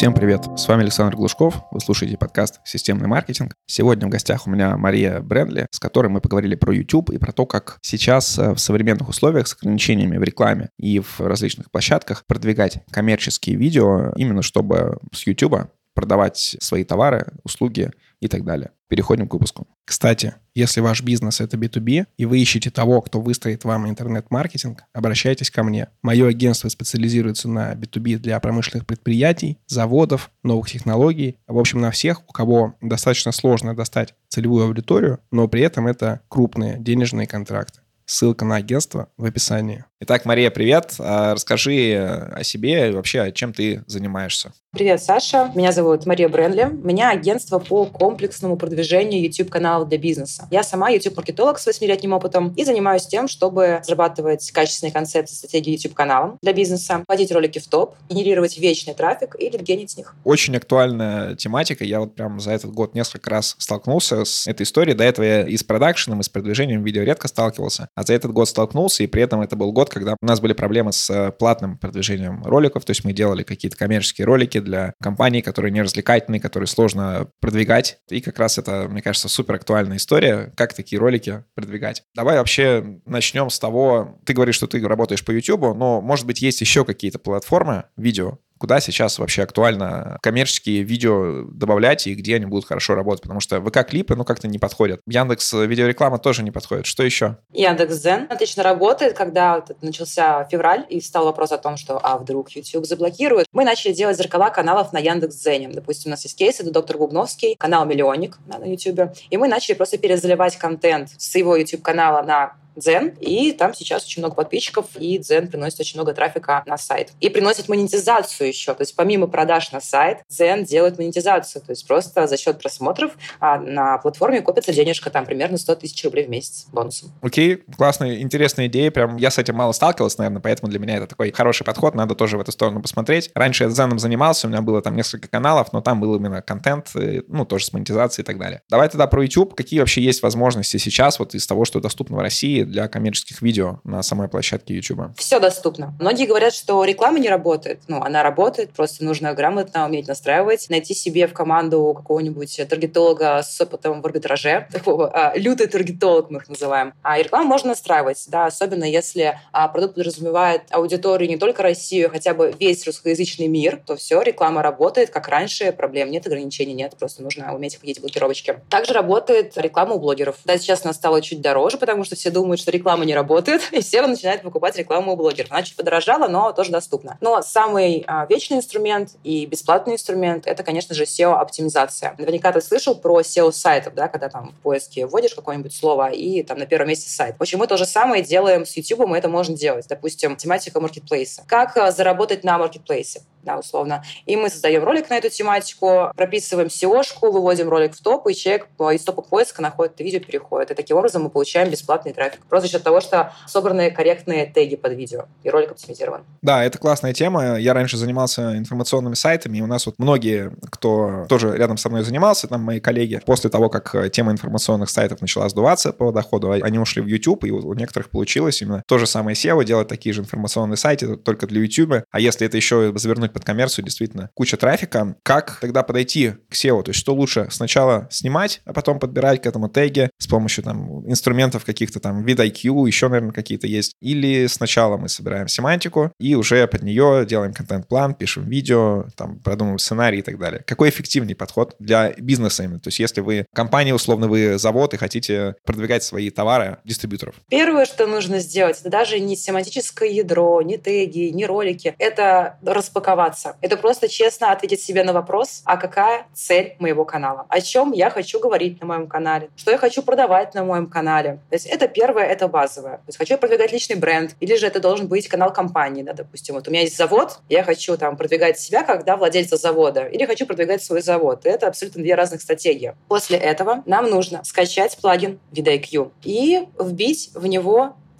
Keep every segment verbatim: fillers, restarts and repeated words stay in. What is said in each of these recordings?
Всем привет! С вами Александр Глушков. Вы слушаете подкаст «Системный маркетинг». Сегодня в гостях у меня Мария Брендли, с которой мы поговорили про YouTube и про то, как сейчас в современных условиях с ограничениями в рекламе и в различных площадках продвигать коммерческие видео, именно чтобы с YouTube продавать свои товары, услуги и так далее. Переходим к выпуску. Кстати, если ваш бизнес — это би ту би, и вы ищете того, кто выстроит вам интернет-маркетинг, обращайтесь ко мне. Мое агентство специализируется на би ту би для промышленных предприятий, заводов, новых технологий. В общем, на всех, у кого достаточно сложно достать целевую аудиторию, но при этом это крупные денежные контракты. Ссылка на агентство в описании. Итак, Мария, привет. Расскажи о себе и вообще, чем ты занимаешься. Привет, Саша. Меня зовут Мария Брендли. У меня агентство по комплексному продвижению YouTube-каналов для бизнеса. Я сама YouTube-маркетолог с восьмилетним опытом и занимаюсь тем, чтобы разрабатывать качественные концепции стратегии YouTube-каналам для бизнеса, вводить ролики в топ, генерировать вечный трафик и лидгенить с них. Очень актуальная тематика. Я вот прям за этот год несколько раз столкнулся с этой историей. До этого я и с продакшеном, и с продвижением видео редко сталкивался. А за этот год столкнулся, и при этом это был год, когда у нас были проблемы с платным продвижением роликов. То есть мы делали какие-то коммерческие ролики для компаний, которые не развлекательные, которые сложно продвигать. И как раз это, мне кажется, супер актуальная история, как такие ролики продвигать. Давай вообще начнем с того, ты говоришь, что ты работаешь по YouTube, но, может быть, есть еще какие-то платформы видео, куда сейчас вообще актуально коммерческие видео добавлять и где они будут хорошо работать, потому что ВК-клипы, ну, как-то не подходят. Яндекс видеореклама тоже не подходит. Что еще? Яндекс.Дзен отлично работает. Когда вот начался февраль и встал вопрос о том, что а вдруг YouTube заблокирует, мы начали делать зеркала каналов на Яндекс.Дзене. Допустим, у нас есть кейс, это доктор Бубновский, канал «Миллионник» на YouTube. И мы начали просто перезаливать контент с его YouTube-канала на Дзен, и там сейчас очень много подписчиков, и Дзен приносит очень много трафика на сайт. И приносит монетизацию еще, то есть помимо продаж на сайт, Дзен делает монетизацию, то есть просто за счет просмотров а на платформе копится денежка, там примерно сто тысяч рублей в месяц бонусом. Окей, классная, интересная идея, прям я с этим мало сталкивался, наверное, поэтому для меня это такой хороший подход, надо тоже в эту сторону посмотреть. Раньше я Дзеном занимался, у меня было там несколько каналов, но там был именно контент, ну, тоже с монетизацией и так далее. Давай тогда про YouTube, какие вообще есть возможности сейчас вот из того, что доступно в России для коммерческих видео на самой площадке YouTube? Все доступно. Многие говорят, что реклама не работает. Ну, она работает, просто нужно грамотно уметь настраивать, найти себе в команду какого-нибудь таргетолога с опытом в арбитраже, такого а, лютый таргетолог мы их называем. А и рекламу можно настраивать, да, особенно если а, продукт подразумевает аудиторию не только Россию, а хотя бы весь русскоязычный мир, то все, реклама работает, как раньше, проблем нет, ограничений нет, просто нужно уметь вводить блокировочки. Также работает реклама у блогеров. Да, сейчас она стала чуть дороже, потому что все думают, что реклама не работает, и все начинают покупать рекламу у блогеров. Она чуть подорожала, но тоже доступна. Но самый а, вечный инструмент и бесплатный инструмент — это, конечно же, сео-оптимизация. Наверняка ты слышал про сео-сайтов, да, когда там в поиске вводишь какое-нибудь слово, и там на первом месте сайт. В общем, мы то же самое делаем с YouTube, и это можно делать. Допустим, тематика маркетплейса. Как а, заработать на маркетплейсе? Да, условно. И мы создаем ролик на эту тематику, прописываем сеошку, выводим ролик в топ, и человек из топа поиска находит это видео, переходит. И таким образом мы получаем бесплатный трафик. Просто за счет того, что собраны корректные теги под видео, и ролик оптимизирован. Да, это классная тема. Я раньше занимался информационными сайтами, и у нас вот многие, кто тоже рядом со мной занимался, там мои коллеги, после того, как тема информационных сайтов начала сдуваться по доходу, они ушли в YouTube, и у некоторых получилось именно то же самое сео, делать такие же информационные сайты, только для YouTube. А если это еще завернуть под коммерцию, действительно, куча трафика. Как тогда подойти к сео? То есть что лучше? Сначала снимать, а потом подбирать к этому теги с помощью там инструментов каких-то там VidIQ, еще, наверное, какие-то есть. Или сначала мы собираем семантику и уже под нее делаем контент-план, пишем видео, там, продумываем сценарий и так далее. Какой эффективный подход для бизнеса именно? То есть если вы компания, условно, вы завод и хотите продвигать свои товары дистрибьюторов. Первое, что нужно сделать, это даже не семантическое ядро, не теги, не ролики. Это распаковать. Это просто честно ответить себе на вопрос, а какая цель моего канала? О чем я хочу говорить на моем канале? Что я хочу продавать на моем канале? То есть это первое, это базовое. То есть хочу я продвигать личный бренд, или же это должен быть канал компании, да, допустим. Вот у меня есть завод, я хочу там продвигать себя как, да, владельца завода, или хочу продвигать свой завод. Это абсолютно две разных стратегии. После этого нам нужно скачать плагин VidIQ и вбить в него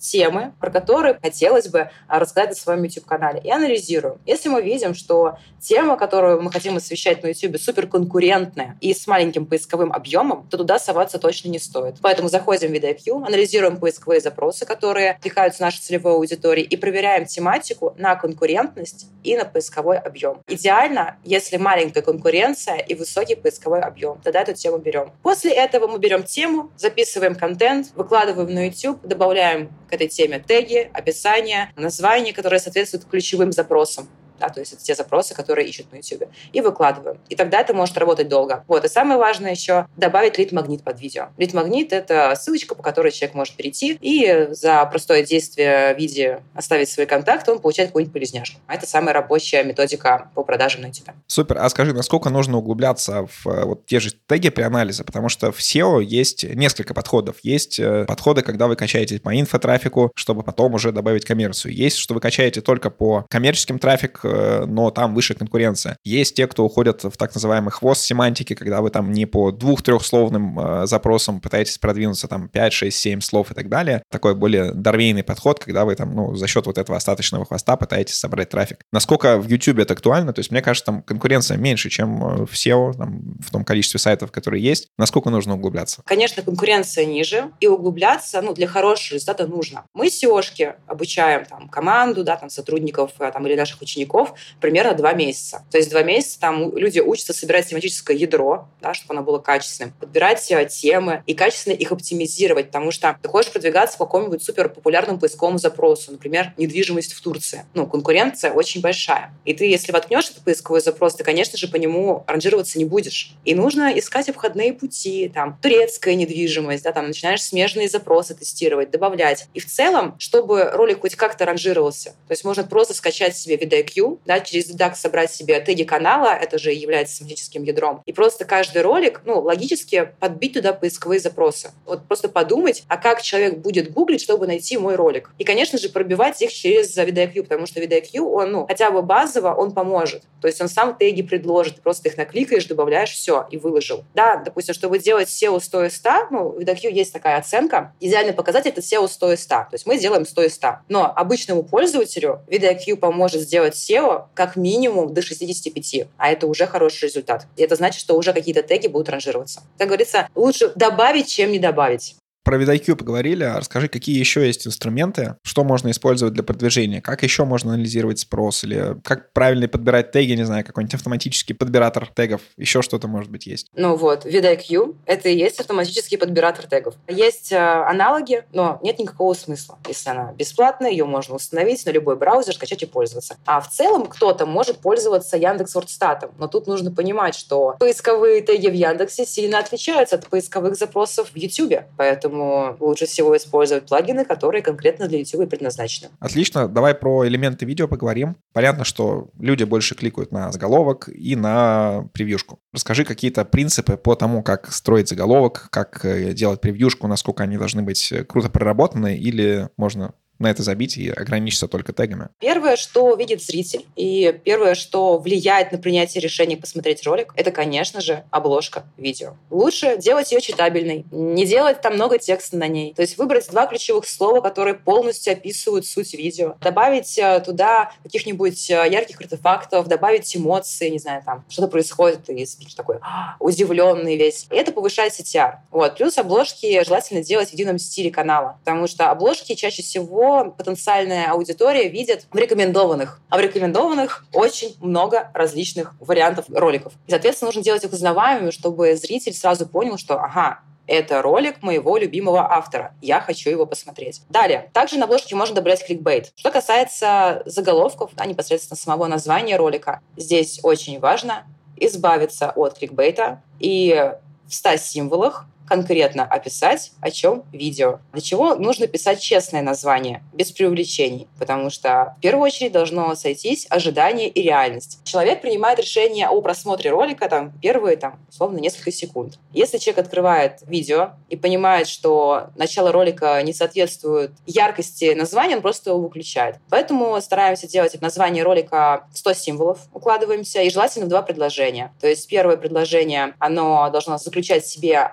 темы, про которые хотелось бы рассказать на своем YouTube-канале. И анализируем. Если мы видим, что тема, которую мы хотим освещать на YouTube, суперконкурентная и с маленьким поисковым объемом, то туда соваться точно не стоит. Поэтому заходим в VidIQ, анализируем поисковые запросы, которые откликаются нашей целевой аудитории, и проверяем тематику на конкурентность и на поисковой объем. Идеально, если маленькая конкуренция и высокий поисковой объем. Тогда эту тему берем. После этого мы берем тему, записываем контент, выкладываем на YouTube, добавляем к этой теме теги, описание, название, которое соответствует ключевым запросам. Да, то есть это те запросы, которые ищут на YouTube. И выкладываем. И тогда это может работать долго. Вот. И самое важное еще добавить лид-магнит под видео. Лид-магнит — это ссылочка, по которой человек может перейти и за простое действие в виде оставить свои контакты, он получает какую-нибудь полезняшку. А это самая рабочая методика по продажам на YouTube. Супер. А скажи, насколько нужно углубляться в вот те же теги при анализе? Потому что в сео есть несколько подходов. Есть подходы, когда вы качаете по инфотрафику, чтобы потом уже добавить коммерцию. Есть, что вы качаете только по коммерческим трафик, но там выше конкуренция. Есть те, кто уходят в так называемый хвост семантики, когда вы там не по двух-трехсловным э, запросам пытаетесь продвинуться там пять, шесть, семь слов и так далее. Такой более дарвейный подход, когда вы там, ну, за счет вот этого остаточного хвоста пытаетесь собрать трафик. Насколько в YouTube это актуально? То есть, мне кажется, там конкуренция меньше, чем в сео, там, в том количестве сайтов, которые есть. Насколько нужно углубляться? Конечно, конкуренция ниже, и углубляться, ну, для хорошего результата нужно. Мы сеошки обучаем там команду, да, там сотрудников там, или наших учеников примерно два месяца. То есть два месяца там люди учатся собирать тематическое ядро, да, чтобы оно было качественным, подбирать темы и качественно их оптимизировать, потому что ты хочешь продвигаться по какому-нибудь суперпопулярному поисковому запросу, например, недвижимость в Турции. Ну, конкуренция очень большая. И ты, если воткнешь этот поисковой запрос, ты, конечно же, по нему ранжироваться не будешь. И нужно искать обходные пути, там, турецкая недвижимость, да, там, начинаешь смежные запросы тестировать, добавлять. И в целом, чтобы ролик хоть как-то ранжировался, то есть можно просто скачать себе VidIQ, да, через Redux собрать себе теги канала, это же является семантическим ядром, и просто каждый ролик, ну, логически подбить туда поисковые запросы. Вот просто подумать, а как человек будет гуглить, чтобы найти мой ролик. И, конечно же, пробивать их через VidIQ, потому что VidIQ, он, ну, хотя бы базово, он поможет. То есть он сам теги предложит, ты просто их накликаешь, добавляешь, все, и выложил. Да, допустим, чтобы делать сео сто из ста, ну, в VidIQ есть такая оценка, идеальный показатель — это сео сто из ста, то есть мы делаем сто из ста. Но обычному пользователю VidIQ поможет сделать сео как минимум до шестидесяти пяти, а это уже хороший результат. И это значит, что уже какие-то теги будут ранжироваться. Как говорится, лучше добавить, чем не добавить. Про VidIQ поговорили, а расскажи, какие еще есть инструменты, что можно использовать для продвижения, как еще можно анализировать спрос, или как правильно подбирать теги, не знаю, какой-нибудь автоматический подбиратор тегов, еще что-то, может быть, есть. Ну вот, VidIQ — это и есть автоматический подбиратор тегов. Есть э, аналоги, но нет никакого смысла. Если она бесплатная, ее можно установить на любой браузер, скачать и пользоваться. А в целом кто-то может пользоваться Яндекс.Вордстатом, но тут нужно понимать, что поисковые теги в Яндексе сильно отличаются от поисковых запросов в YouTube, поэтому лучше всего использовать плагины, которые конкретно для YouTube предназначены. Отлично. Давай про элементы видео поговорим. Понятно, что люди больше кликают на заголовок и на превьюшку. Расскажи какие-то принципы по тому, как строить заголовок, как делать превьюшку, насколько они должны быть круто проработаны, или можно на это забить и ограничиться только тегами? Первое, что видит зритель, и первое, что влияет на принятие решения посмотреть ролик, это, конечно же, обложка видео. Лучше делать ее читабельной, не делать там много текста на ней. То есть выбрать два ключевых слова, которые полностью описывают суть видео. Добавить туда каких-нибудь ярких артефактов, добавить эмоции, не знаю, там что-то происходит, и спикер такой удивленный весь. И это повышает си ти ар. Вот. Плюс обложки желательно делать в едином стиле канала, потому что обложки чаще всего потенциальная аудитория видит в рекомендованных. А в рекомендованных очень много различных вариантов роликов. И, соответственно, нужно делать их узнаваемыми, чтобы зритель сразу понял, что ага, это ролик моего любимого автора. Я хочу его посмотреть. Далее. Также на обложке можно добавлять кликбейт. Что касается заголовков, да, непосредственно самого названия ролика, здесь очень важно избавиться от кликбейта и в ста символах конкретно описать, о чем видео. Для чего нужно писать честное название, без преувеличений, потому что в первую очередь должно сойтись ожидание и реальность. Человек принимает решение о просмотре ролика там, первые, там, условно, несколько секунд. Если человек открывает видео и понимает, что начало ролика не соответствует яркости названия, он просто его выключает. Поэтому стараемся делать в названии ролика сто символов, укладываемся, и желательно в два предложения. То есть первое предложение, оно должно заключать в себе основной ключ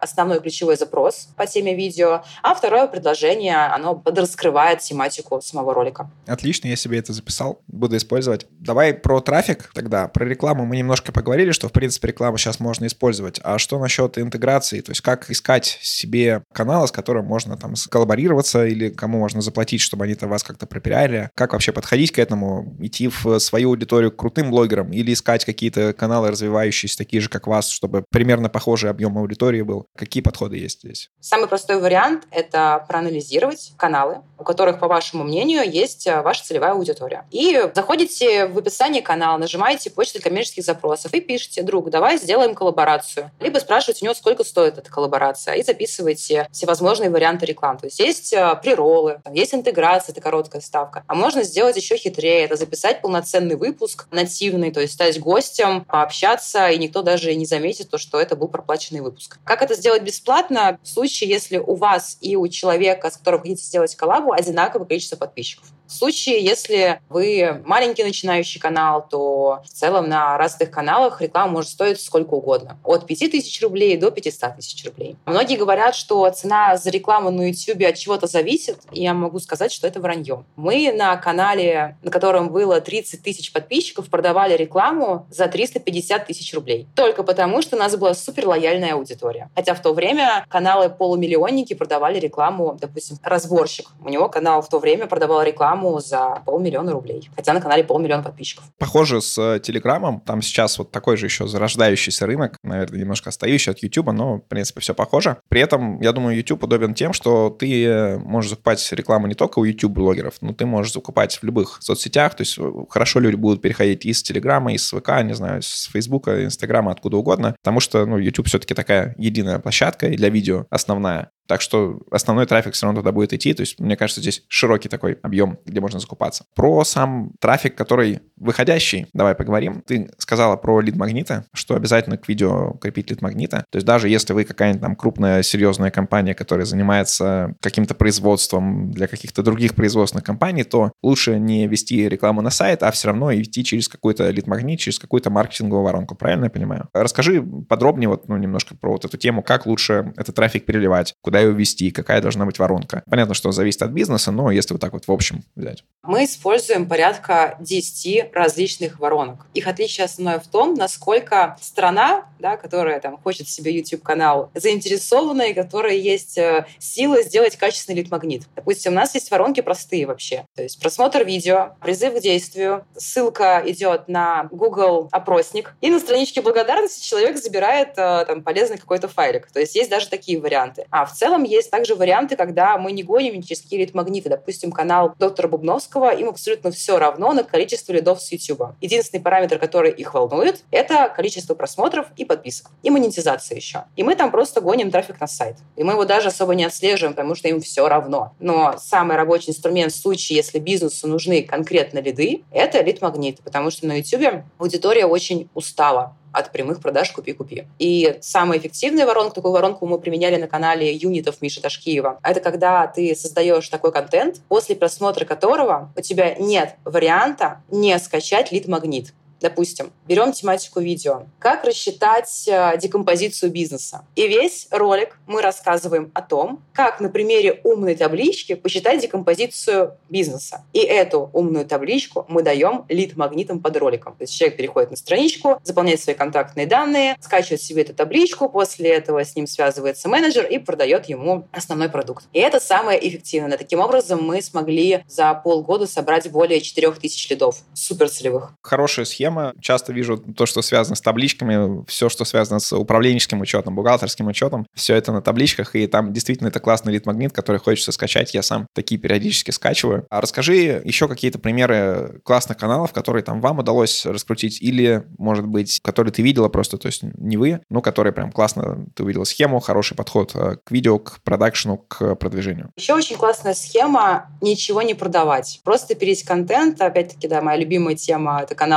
ключевой запрос по теме видео, а второе предложение, оно подраскрывает тематику самого ролика. Отлично, я себе это записал, буду использовать. Давай про трафик тогда. Про рекламу мы немножко поговорили, что, в принципе, рекламу сейчас можно использовать. А что насчет интеграции? То есть как искать себе каналы, с которым можно там коллаборироваться или кому можно заплатить, чтобы они-то вас как-то пропиарили? Как вообще подходить к этому? Идти в свою аудиторию к крутым блогерам или искать какие-то каналы, развивающиеся, такие же, как вас, чтобы примерно похожий объем аудитории был? Какие подходы есть здесь? Самый простой вариант — это проанализировать каналы, у которых, по вашему мнению, есть ваша целевая аудитория. И заходите в описание канала, нажимаете почту коммерческих запросов и пишите: друг, давай сделаем коллаборацию. Либо спрашиваете у него, сколько стоит эта коллаборация, и записываете всевозможные варианты реклам. То есть есть прероллы, есть интеграция, это короткая ставка. А можно сделать еще хитрее, это записать полноценный выпуск нативный, то есть стать гостем, пообщаться, и никто даже не заметит то, что это был проплаченный выпуск. Как это сделать бесплатно? В случае, если у вас и у человека, с которым хотите сделать коллабу, одинаковое количество подписчиков. В случае, если вы маленький начинающий канал, то в целом на разных каналах реклама может стоить сколько угодно. От пяти тысяч рублей до пятисот тысяч рублей. Многие говорят, что цена за рекламу на YouTube от чего-то зависит, и я могу сказать, что это вранье. Мы на канале, на котором было тридцать тысяч подписчиков, продавали рекламу за триста пятьдесят тысяч рублей. Только потому, что у нас была супер лояльная аудитория. Хотя в то время каналы полумиллионники продавали рекламу, допустим, разборщик. У него канал в то время продавал рекламу за полмиллиона рублей. Хотя на канале полмиллиона подписчиков. Похоже с Телеграмом. Там сейчас вот такой же еще зарождающийся рынок. Наверное, немножко отстающий от Ютуба, но, в принципе, все похоже. При этом, я думаю, YouTube удобен тем, что ты можешь закупать рекламу не только у YouTube-блогеров, но ты можешь закупать в любых соцсетях. То есть хорошо люди будут переходить из Телеграма, из ВК, не знаю, с Фейсбука, Инстаграма, откуда угодно. Потому что, ну, YouTube все-таки такая единая площадка и для видео основная. Так что основной трафик все равно туда будет идти. То есть, мне кажется, здесь широкий такой объем, где можно закупаться. Про сам трафик, который выходящий, давай поговорим. Ты сказала про лид-магниты, что обязательно к видео крепить лид-магниты. То есть даже если вы какая-нибудь там крупная, серьезная компания, которая занимается каким-то производством для каких-то других производственных компаний, то лучше не вести рекламу на сайт, а все равно идти через какой-то лид-магнит, через какую-то маркетинговую воронку. Правильно я понимаю? Расскажи подробнее вот, ну, немножко про вот эту тему, как лучше этот трафик переливать, куда его вести, какая должна быть воронка. Понятно, что зависит от бизнеса, но если вот так вот в общем взять. Мы используем порядка десяти различных воронок. Их отличие основное в том, насколько страна, да, которая там хочет себе YouTube-канал, заинтересована и которая есть сила сделать качественный лид-магнит. Допустим, у нас есть воронки простые вообще. То есть просмотр видео, призыв к действию, ссылка идет на Google опросник, и на страничке благодарности человек забирает там полезный какой-то файлик. То есть есть даже такие варианты. А в целом есть также варианты, когда мы не гоним через какие лид-магниты. Допустим, канал доктора Бубновского, им абсолютно все равно на количество лидов с YouTube. Единственный параметр, который их волнует, это количество просмотров и подписок. И монетизация еще. И мы там просто гоним трафик на сайт. И мы его даже особо не отслеживаем, потому что им все равно. Но самый рабочий инструмент в случае, если бизнесу нужны конкретно лиды, это лид-магнит. Потому что на YouTube аудитория очень устала от прямых продаж «купи-купи». И самая эффективная воронка, такую воронку мы применяли на канале юнитов Миши Ташкиева, это когда ты создаешь такой контент, после просмотра которого у тебя нет варианта не скачать лид-магнит. Допустим, берем тематику видео. Как рассчитать э, декомпозицию бизнеса? И весь ролик мы рассказываем о том, как на примере умной таблички посчитать декомпозицию бизнеса. И эту умную табличку мы даем лид-магнитом под роликом. То есть человек переходит на страничку, заполняет свои контактные данные, скачивает себе эту табличку, после этого с ним связывается менеджер и продает ему основной продукт. И это самое эффективное. Таким образом, мы смогли за полгода собрать более четырех тысяч лидов суперцелевых. Хорошая схема. Часто вижу то, что связано с табличками, все, что связано с управленческим учетом, бухгалтерским учетом, все это на табличках, и там действительно это классный лид-магнит, который хочется скачать. Я сам такие периодически скачиваю. А расскажи еще какие-то примеры классных каналов, которые там вам удалось раскрутить, или, может быть, которые ты видела просто, то есть не вы, но которые прям классно, ты увидела схему, хороший подход к видео, к продакшену, к продвижению. Еще очень классная схема — ничего не продавать. Просто пилить контент. Опять-таки, да, моя любимая тема — это каналы про маркетинг,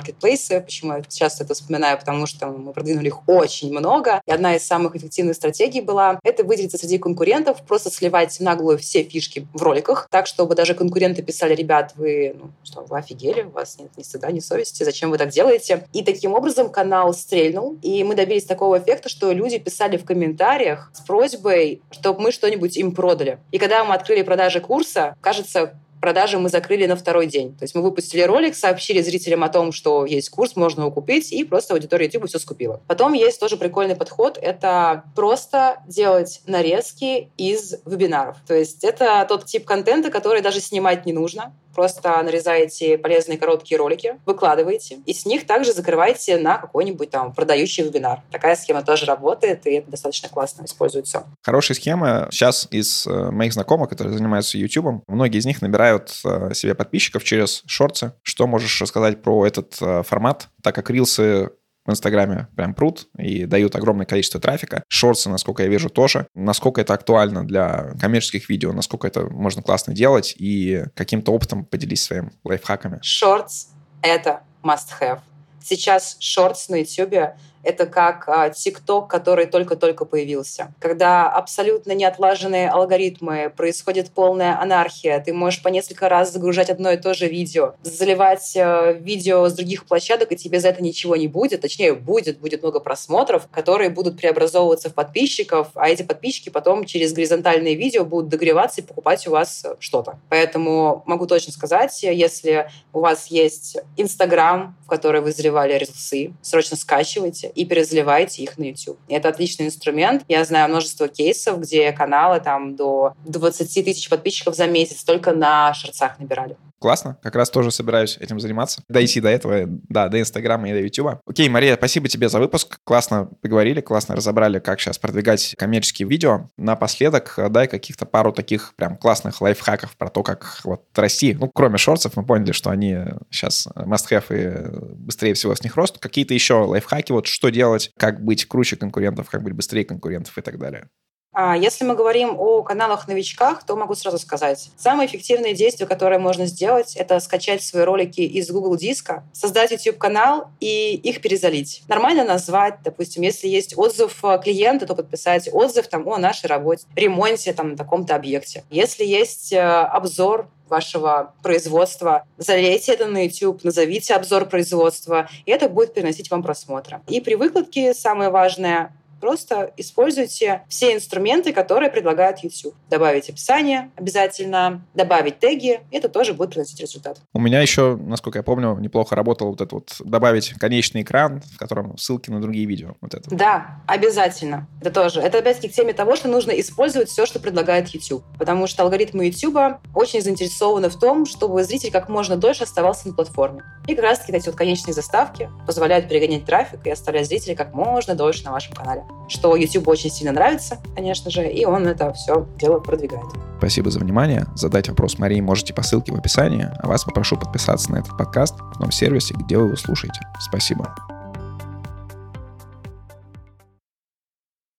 маркетплейсы. Почему я часто это вспоминаю? Потому что мы продвинули их очень много. И одна из самых эффективных стратегий была это выделиться среди конкурентов, просто сливать наглую все фишки в роликах, так, чтобы даже конкуренты писали: ребят, вы, ну, что, вы офигели, у вас нет ни стыда, ни совести, зачем вы так делаете? И таким образом канал стрельнул, и мы добились такого эффекта, что люди писали в комментариях с просьбой, чтобы мы что-нибудь им продали. И когда мы открыли продажи курса, кажется, продажи мы закрыли на второй день. То есть мы выпустили ролик, сообщили зрителям о том, что есть курс, можно его купить, и просто аудитория YouTube все скупила. Потом есть тоже прикольный подход. Это просто делать нарезки из вебинаров. То есть это тот тип контента, который даже снимать не нужно. Просто нарезаете полезные короткие ролики, выкладываете, и с них также закрываете на какой-нибудь там продающий вебинар. Такая схема тоже работает, и это достаточно классно используется. Хорошая схема. Сейчас из э, моих знакомых, которые занимаются YouTube, многие из них набирают э, себе подписчиков через шортсы. Что можешь рассказать про этот э, формат, так как рилсы в Инстаграме прям прут и дают огромное количество трафика. Шортсы, насколько я вижу, тоже. Насколько это актуально для коммерческих видео, насколько это можно классно делать, и каким-то опытом поделись своим лайфхаками. Шортс — это must-have. Сейчас шортс на YouTube — это как TikTok, который только-только появился. Когда абсолютно неотлаженные алгоритмы, происходит полная анархия, ты можешь по несколько раз загружать одно и то же видео, заливать видео с других площадок, и тебе за это ничего не будет. Точнее, будет, будет много просмотров, которые будут преобразовываться в подписчиков, а эти подписчики потом через горизонтальные видео будут догреваться и покупать у вас что-то. Поэтому могу точно сказать, если у вас есть Инстаграм, в который вы заливали рилсы, срочно скачивайте и перезаливайте их на YouTube. И это отличный инструмент. Я знаю множество кейсов, где каналы там до двадцать тысяч подписчиков за месяц только на шортсах набирали. Классно. Как раз тоже собираюсь этим заниматься. Дойти до этого, да, до Инстаграма и до Ютуба. Окей, Мария, спасибо тебе за выпуск. Классно поговорили, классно разобрали, как сейчас продвигать коммерческие видео. Напоследок дай каких-то пару таких прям классных лайфхаков про то, как вот расти. Ну, кроме шортсов, мы поняли, что они сейчас must-have и быстрее всего с них рост. Какие-то еще лайфхаки, вот что делать, как быть круче конкурентов, как быть быстрее конкурентов и так далее. Если мы говорим о каналах-новичках, то могу сразу сказать. Самое эффективное действие, которое можно сделать, это скачать свои ролики из Google Диска, создать YouTube-канал и их перезалить. Нормально назвать, допустим, если есть отзыв клиента, то подписать отзыв там, о нашей работе, ремонте там, на таком-то объекте. Если есть обзор вашего производства, залейте это на YouTube, назовите обзор производства, и это будет приносить вам просмотры. И при выкладке самое важное — просто используйте все инструменты, которые предлагает YouTube. Добавить описание обязательно, добавить теги, и это тоже будет приносить результат. У меня еще, насколько я помню, неплохо работало вот это вот добавить конечный экран, в котором ссылки на другие видео. Вот это. Да, обязательно. Это тоже. Это опять-таки к теме того, что нужно использовать все, что предлагает YouTube. Потому что алгоритмы YouTube очень заинтересованы в том, чтобы зритель как можно дольше оставался на платформе. И как раз-таки эти вот конечные заставки позволяют перегонять трафик и оставлять зрителей как можно дольше на вашем канале. Что YouTube очень сильно нравится, конечно же, и он это все дело продвигает. Спасибо за внимание. Задать вопрос Марии можете по ссылке в описании, а вас попрошу подписаться на этот подкаст в том сервисе, где вы его слушаете. Спасибо.